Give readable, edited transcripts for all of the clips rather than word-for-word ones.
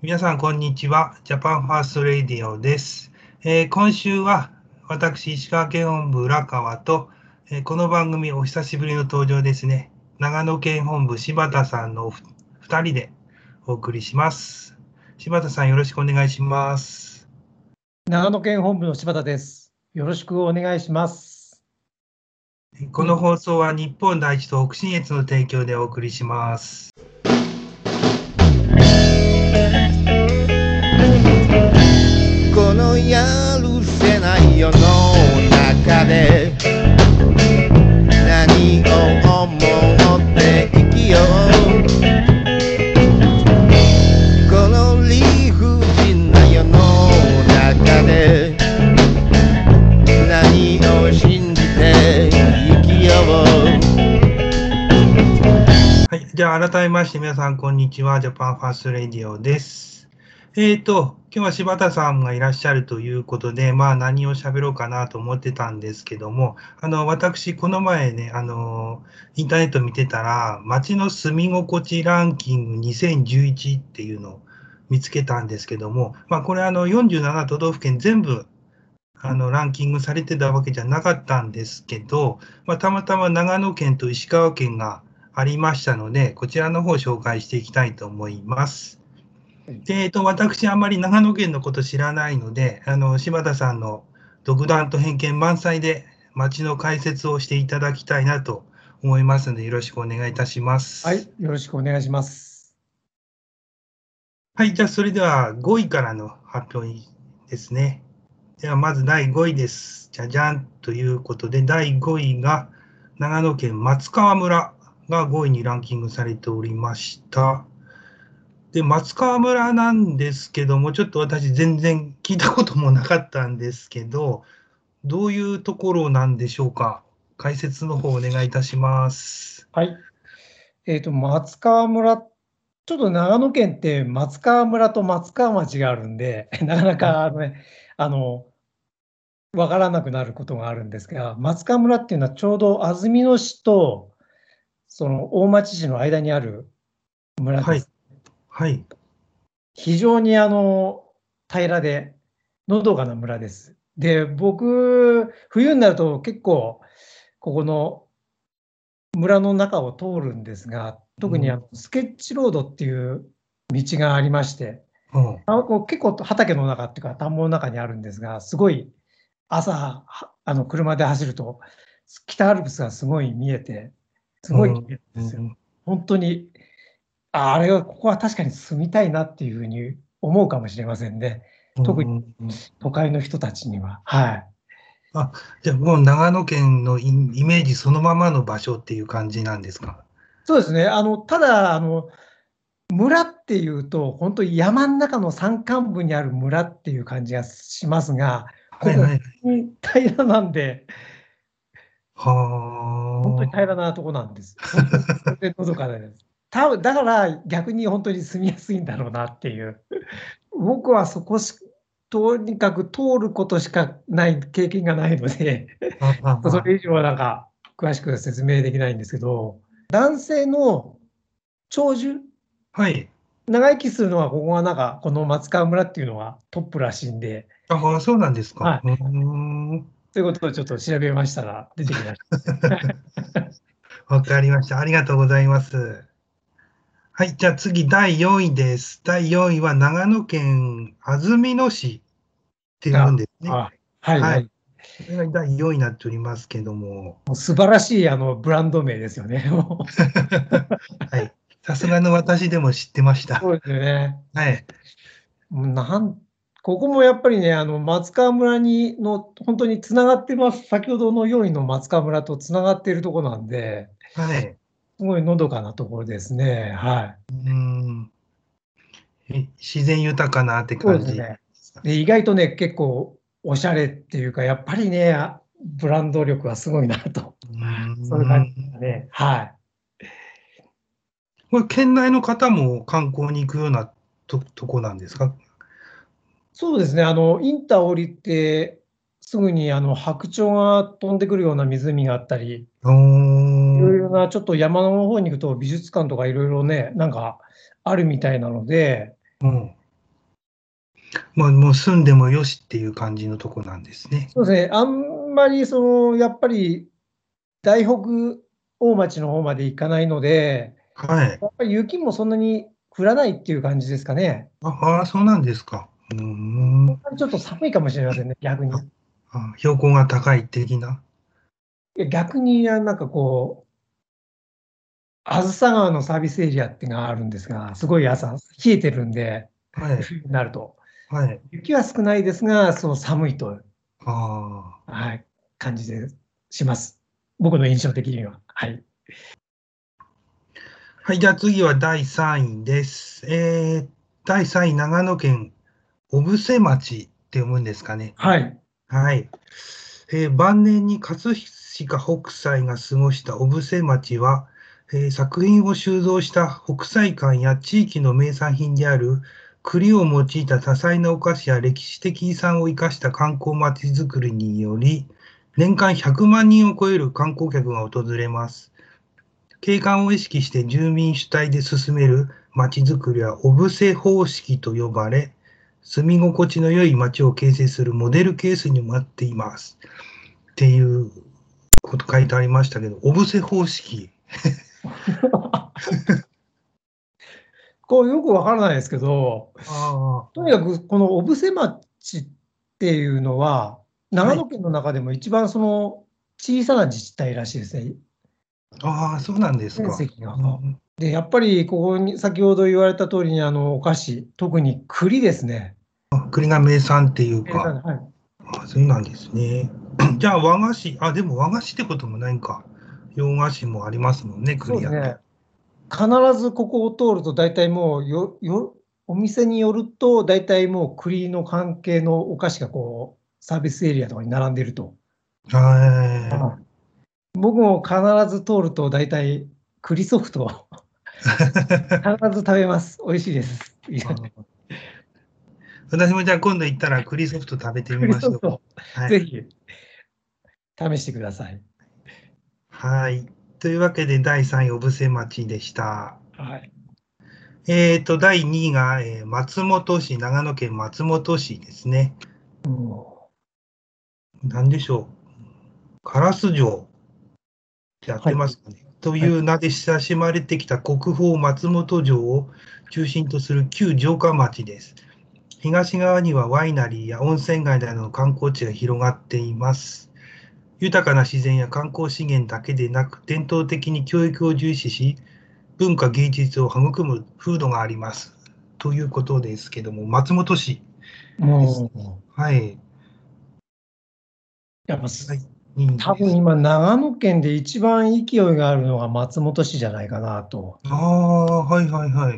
皆さん、こんにちは。ジャパンファーストレディオです。今週は私、石川県本部浦川と、この番組お久しぶりの登場ですね。長野県本部柴田さんの2人でお送りします。柴田さん、よろしくお願いします。 長野県本部の柴田です。よろしくお願いします。 この放送は日本第一と北信越の提供でお送りします。 このやるせない世の中で何を思って生きよう。この理不尽な世の中で何を信じて生きよう。 はい、じゃあ改めまして皆さんこんにちは。ジャパンファーストレディオです。今日は柴田さんがいらっしゃるということで、何を喋ろうかなと思ってたんですけども、私、この前ね、インターネット見てたら、街の住み心地ランキング2011っていうのを見つけたんですけども、これ47都道府県全部ランキングされてたわけじゃなかったんですけど、たまたま長野県と石川県がありましたので、こちらの方を紹介していきたいと思います。で、私、あんまり長野県のこと知らないので、柴田さんの独断と偏見満載で街の解説をしていただきたいなと思いますので、よろしくお願いいたします。 はい、よろしくお願いします。 はい、じゃあそれでは5位からの発表ですね。ではまず第5位です。じゃじゃんということで、第5位が長野県松川村が5位にランキングされておりました。で、松川村なんですけども、ちょっと私全然聞いたこともなかったんですけど、どういうところなんでしょうか。解説の方お願いいたします。 はい。松川村、ちょっと長野県って松川村と松川町があるんで、なかなかわからなくなることがあるんですが、松川村っていうのはちょうど安曇野市とその大町市の間にある村はい。 です。 はい。 非常に平らでのどかな村です。で、僕、冬になると結構ここの村の中を通るんですが、特にスケッチロードっていう道がありまして、こう結構畑の中っていうか田んぼの中にあるんですが、すごい朝車で走ると北アルプスがすごい見えて、すごい綺麗ですよ。本当に、ここは確かに住みたいなっていうふうに思うかもしれませんね。特に都会の人たちには。はい。 じゃあもう長野県のイメージそのままの場所っていう感じなんですか。 そうですね。ただ、村っていうと、本当に山の中の山間部にある村っていう感じがしますが、ここ、 はいはい。 平らなんで、本当には平らなとこなんです。本当に全然のどかです。だから逆に本当に住みやすいんだろうなっていう。僕はとにかく通ることしかない経験がないので、それ以上はなんか詳しく説明できないんですけど、男性の長寿、 はい。 長生きするのはここがなんかこの松川村っていうのがトップらしいんで、 そうなんですか。 はい、ということをちょっと調べましたら出てきました。 わかりました。ありがとうございます。はい、じゃあ次、第4位です。第4位は長野県安曇野市っていうんですね。 はいはい。 はい。 これが第4位になっておりますけども。 もう素晴らしいブランド名ですよね。 はい。さすがの私でも知ってました。 そうですよね。 はい。 ここもやっぱりね、松川村本当につながってます。先ほどの4位の松川村とつながっているところなんで、 はい。 すごいのどかなところですね。はい。 自然豊かなって感じでそうですね。 すか。 で、意外とね、結構おしゃれっていうか、やっぱりね、ブランド力はすごいなと、 うーそういう感じでん。 すね。はい。 これ、県内の方も観光に行くようなとこなんですか。 そうですね、インター降りて、すぐに白鳥が飛んでくるような湖があったり、 おー。 いろいろなちょっと山の方に行くと美術館とかいろいろね、なんかあるみたいなので、 うん。 まあ、もう住んでもよしっていう感じのとこなんですね。 そうですね、あんまりやっぱり大北大町の方まで行かないので、 はい。 やっぱり雪もそんなに降らないっていう感じですかね。 そうなんですか。 ちょっと寒いかもしれませんね、逆に。 標高が高い的な。 いや逆になんかこう、あずさ川のサービスエリアっていうのがあるんですが、すごい朝、冷えてるんで、 はい。 冬になると。 はい。 雪は少ないですが、寒いと、 ああ。 はい、感じでします。僕の印象的には。はい。 はい、じゃあ次は第3位です。第3位、長野県小布施町って読むんですかね。 はい。 はい。晩年に葛飾北斎が過ごした小布施町は、作品を収蔵した北斎館や地域の名産品である栗を用いた多彩なお菓子や歴史的遺産を生かした観光町づくりにより、年間100万人を超える観光客が訪れます。景観を意識して住民主体で進める町づくりは小布施方式と呼ばれ、住み心地の良い町を形成するモデルケースにもなっています。っていうこと書いてありましたけど、小布施方式。 こうよくわからないですけど、 ああ、 とにかくこの小布施町っていうのは、長はい。 野県の中でも一番小さな自治体らしいですね、 ああ、そうなんです面か。 積が。で、やっぱりここに先ほど言われた通りにお菓子、特に栗ですね。 栗が名産っていうか、 はい。 そうなんですね。じゃあ和菓子、でも和菓子ってこともないんか。洋菓子もありますもんね、栗やと。 そうですね。必ずここを通ると、大体もうお店によると、大体もう栗の関係のお菓子がサービスエリアとかに並んでいると。 は僕も必ず通ると、大体栗ソフトを必ず食べます。美味しいです。 い。私もじゃあ今度行ったら栗ソフト食べてみましょう。 栗ソフト、 はい。 ぜひ試してください。 はい。というわけで第3位、小布施町でした。 はい。 第2位が、松本市、長野県松本市ですね。何でしょう。烏城ってやっはい。 てますかね。といはい。 う名で親しまれてきた国宝松本城を中心とする旧城下町です。東側にはワイナリーや温泉街などの観光地が広がっています。豊かな自然や観光資源だけでなく、伝統的に教育を重視し、文化芸術を育む風土があります。ということですけども、松本市です。 もう、 はい。 やっぱはい、いいです。 多分今、長野県で一番勢いがあるのが松本市じゃないかなと。 はいはいはい。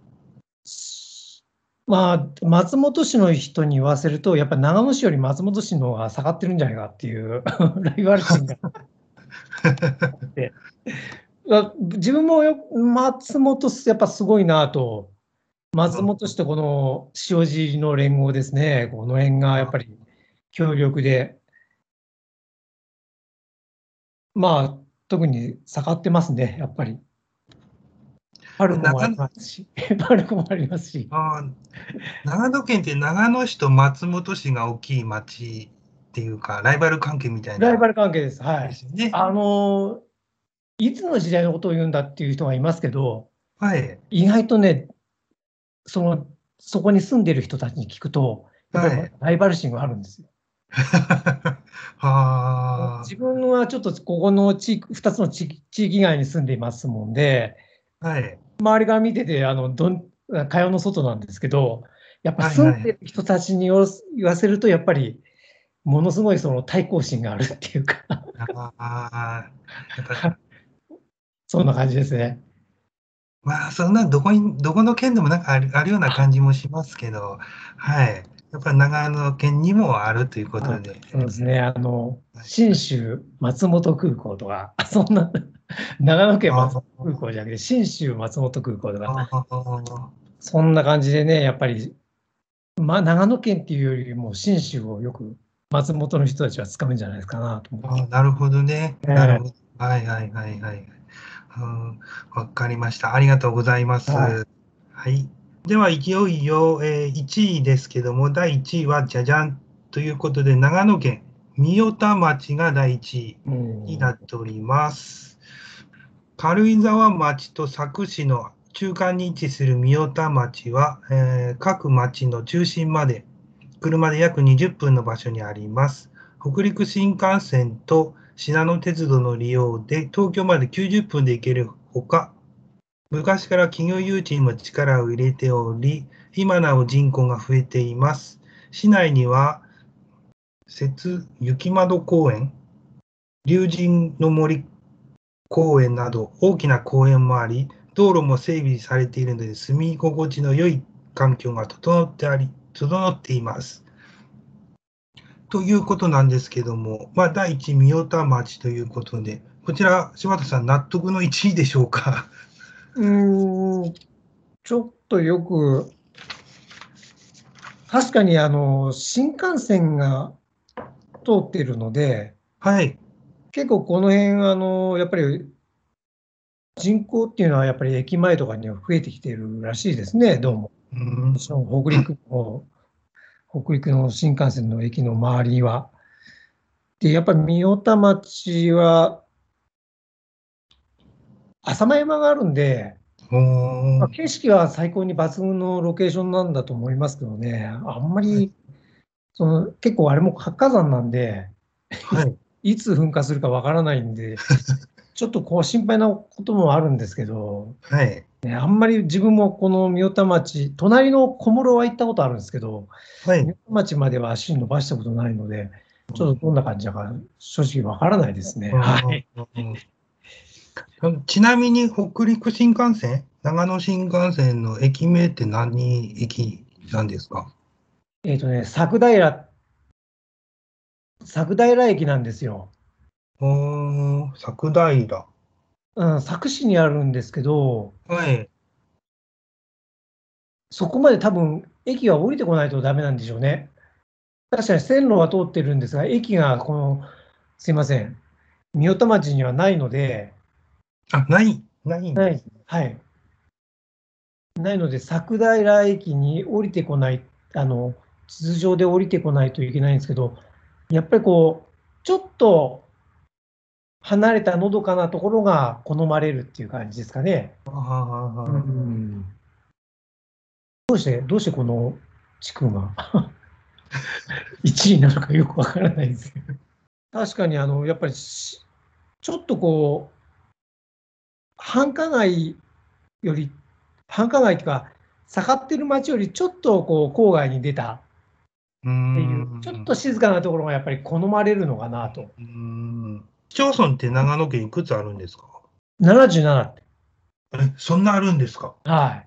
まあ、松本市の人に言わせると、やっぱり長野市より松本市の方が下がってるんじゃないかっていうライバル心があって、自分も松本やっぱすごいなと、松本市とこの塩尻の連合ですね、この辺がやっぱり強力で、まあ、特に下がってますね、やっぱり。パルコもあり長ますし、パルコもありますし。 あ長野県って長野市と松本市が大きい町っていうか、ライバル関係みたいなライバル関係です。はでい。 すよね。 いつの時代のことを言うんだっていう人がいますけど、 はい。 意外とね、そこに住んでる人たちに聞くと、やっぱりはい。 ライバル心があるんですよ。 は自分はちょっとここの2つの地域外に住んでいますもんで、 はい。 周りから見てて、会話の外なんですけど、やっぱはいはい。 住んでる人たちに言わせると、やっぱりものすごい対抗心があるっていうかやっぱ、 そんな感じですね。 まあ、そんなどこの県でもなんかあるような感じもしますけど、はい。やっぱり長野県にもあるということで。 そうですね。 はい、 信州松本空港とか、そんな、長野県松本あ空港じゃなくて、信州松本空港とか、 あ、 そんな感じでね、やっぱり、長野県っていうよりも、信州をよく松本の人たちは使うんじゃないですかなと思って。 なるほどね。なるえほど。はいはいはいはい。うん、わかりました。ありがとうございまはい。 す。はい。 では、いよいよ、1位ですけども、第1位はじゃじゃんということで、長野県御代田町が第1位になっております。軽井沢町と佐久市の中間に位置する御代田町は、各町の中心まで車で約20分の場所にあります。北陸新幹線としなの鉄道の利用で東京まで90分で行けるほか、昔から企業誘致にも力を入れており、今なお人口が増えています。市内には雪窓公園、龍神の森公園など大きな公園もあり、道路も整備されているので住み心地の良い環境が整っています。ということなんですけども、第一御代田町ということで、こちら柴田さん納得の1位でしょうか。 ちょっとよく、確かに新幹線が通っているので、 はい。 結構この辺、やっぱり人口っていうのはやっぱり駅前とかには増えてきているらしいですね、どうも。北陸の新幹線の駅の周りは。で、やっぱり御代田町は浅間山があるんで、景色は最高に抜群のロケーションなんだと思いますけどね、あんまり、結構あれも活火山なんで、いつ噴火するかわからないんで、ちょっと心配なこともあるんですけど、あんまり自分もこの御代田町、隣の小室は行ったことあるんですけど、御代田町までは足伸ばしたことないので、ちょっとどんな感じだか正直わからないですね。 ちなみに北陸新幹線、長野新幹線の駅名って何駅なんですか？ 佐久平駅なんですよ。 佐久平。 佐久市にあるんですけど、 はい。 そこまで多分駅が降りてこないとダメなんでしょうね。確かに線路は通ってるんですが、駅がすいません、御代田町にはないので、 ないんですね。 はい。ないので、佐久平駅に降りてこない、通常で降りてこないといけないんですけど、やっぱりちょっと離れたのどかなところが好まれるっていう感じですかね。どうしてこの地区が1位なのかよくわからないんですけど。確かにやっぱりちょっと繁華街っていうか、盛ってる街よりちょっと郊外に出たっていう、ちょっと静かなところがやっぱり好まれるのかなと。 市町村って長野県いくつあるんですか ？77って。 そんなあるんですか？ はい。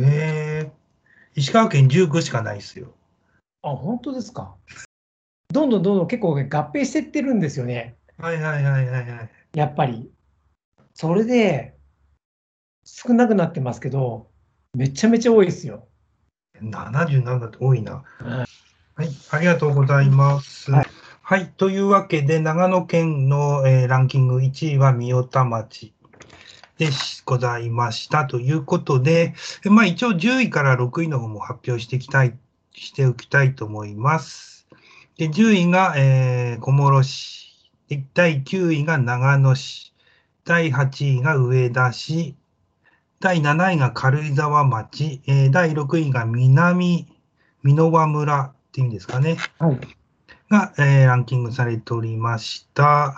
石川県19しかないですよ。 本当ですか。どんどん結構合併してってるんですよね。やっぱり。それで少なくなってますけど、めちゃめちゃ多いですよ。 77って多いな。はい、ありがとうございます。はい、というわけで、長野県の、ランキング1位は御代田町でございましたということで、一応10位から6位の方も発表しておきたいと思います。で10位が、小諸市、第9位が長野市、第8位が上田市、第7位が軽井沢町、第6位が南箕輪村っていうんですかね。が、ランキングされておりました。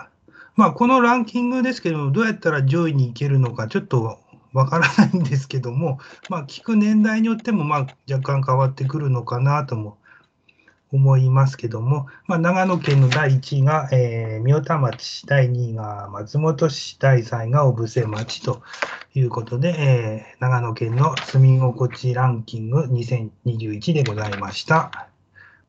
このランキングですけど、どうやったら上位に行けるのかちょっとわからないんですけども、聞く年代によっても若干変わってくるのかなとも思いますけども、長野県の第1位が、御代田町、第2位が松本市、第3位が小布施町ということで、長野県の住み心地ランキング2021でございました。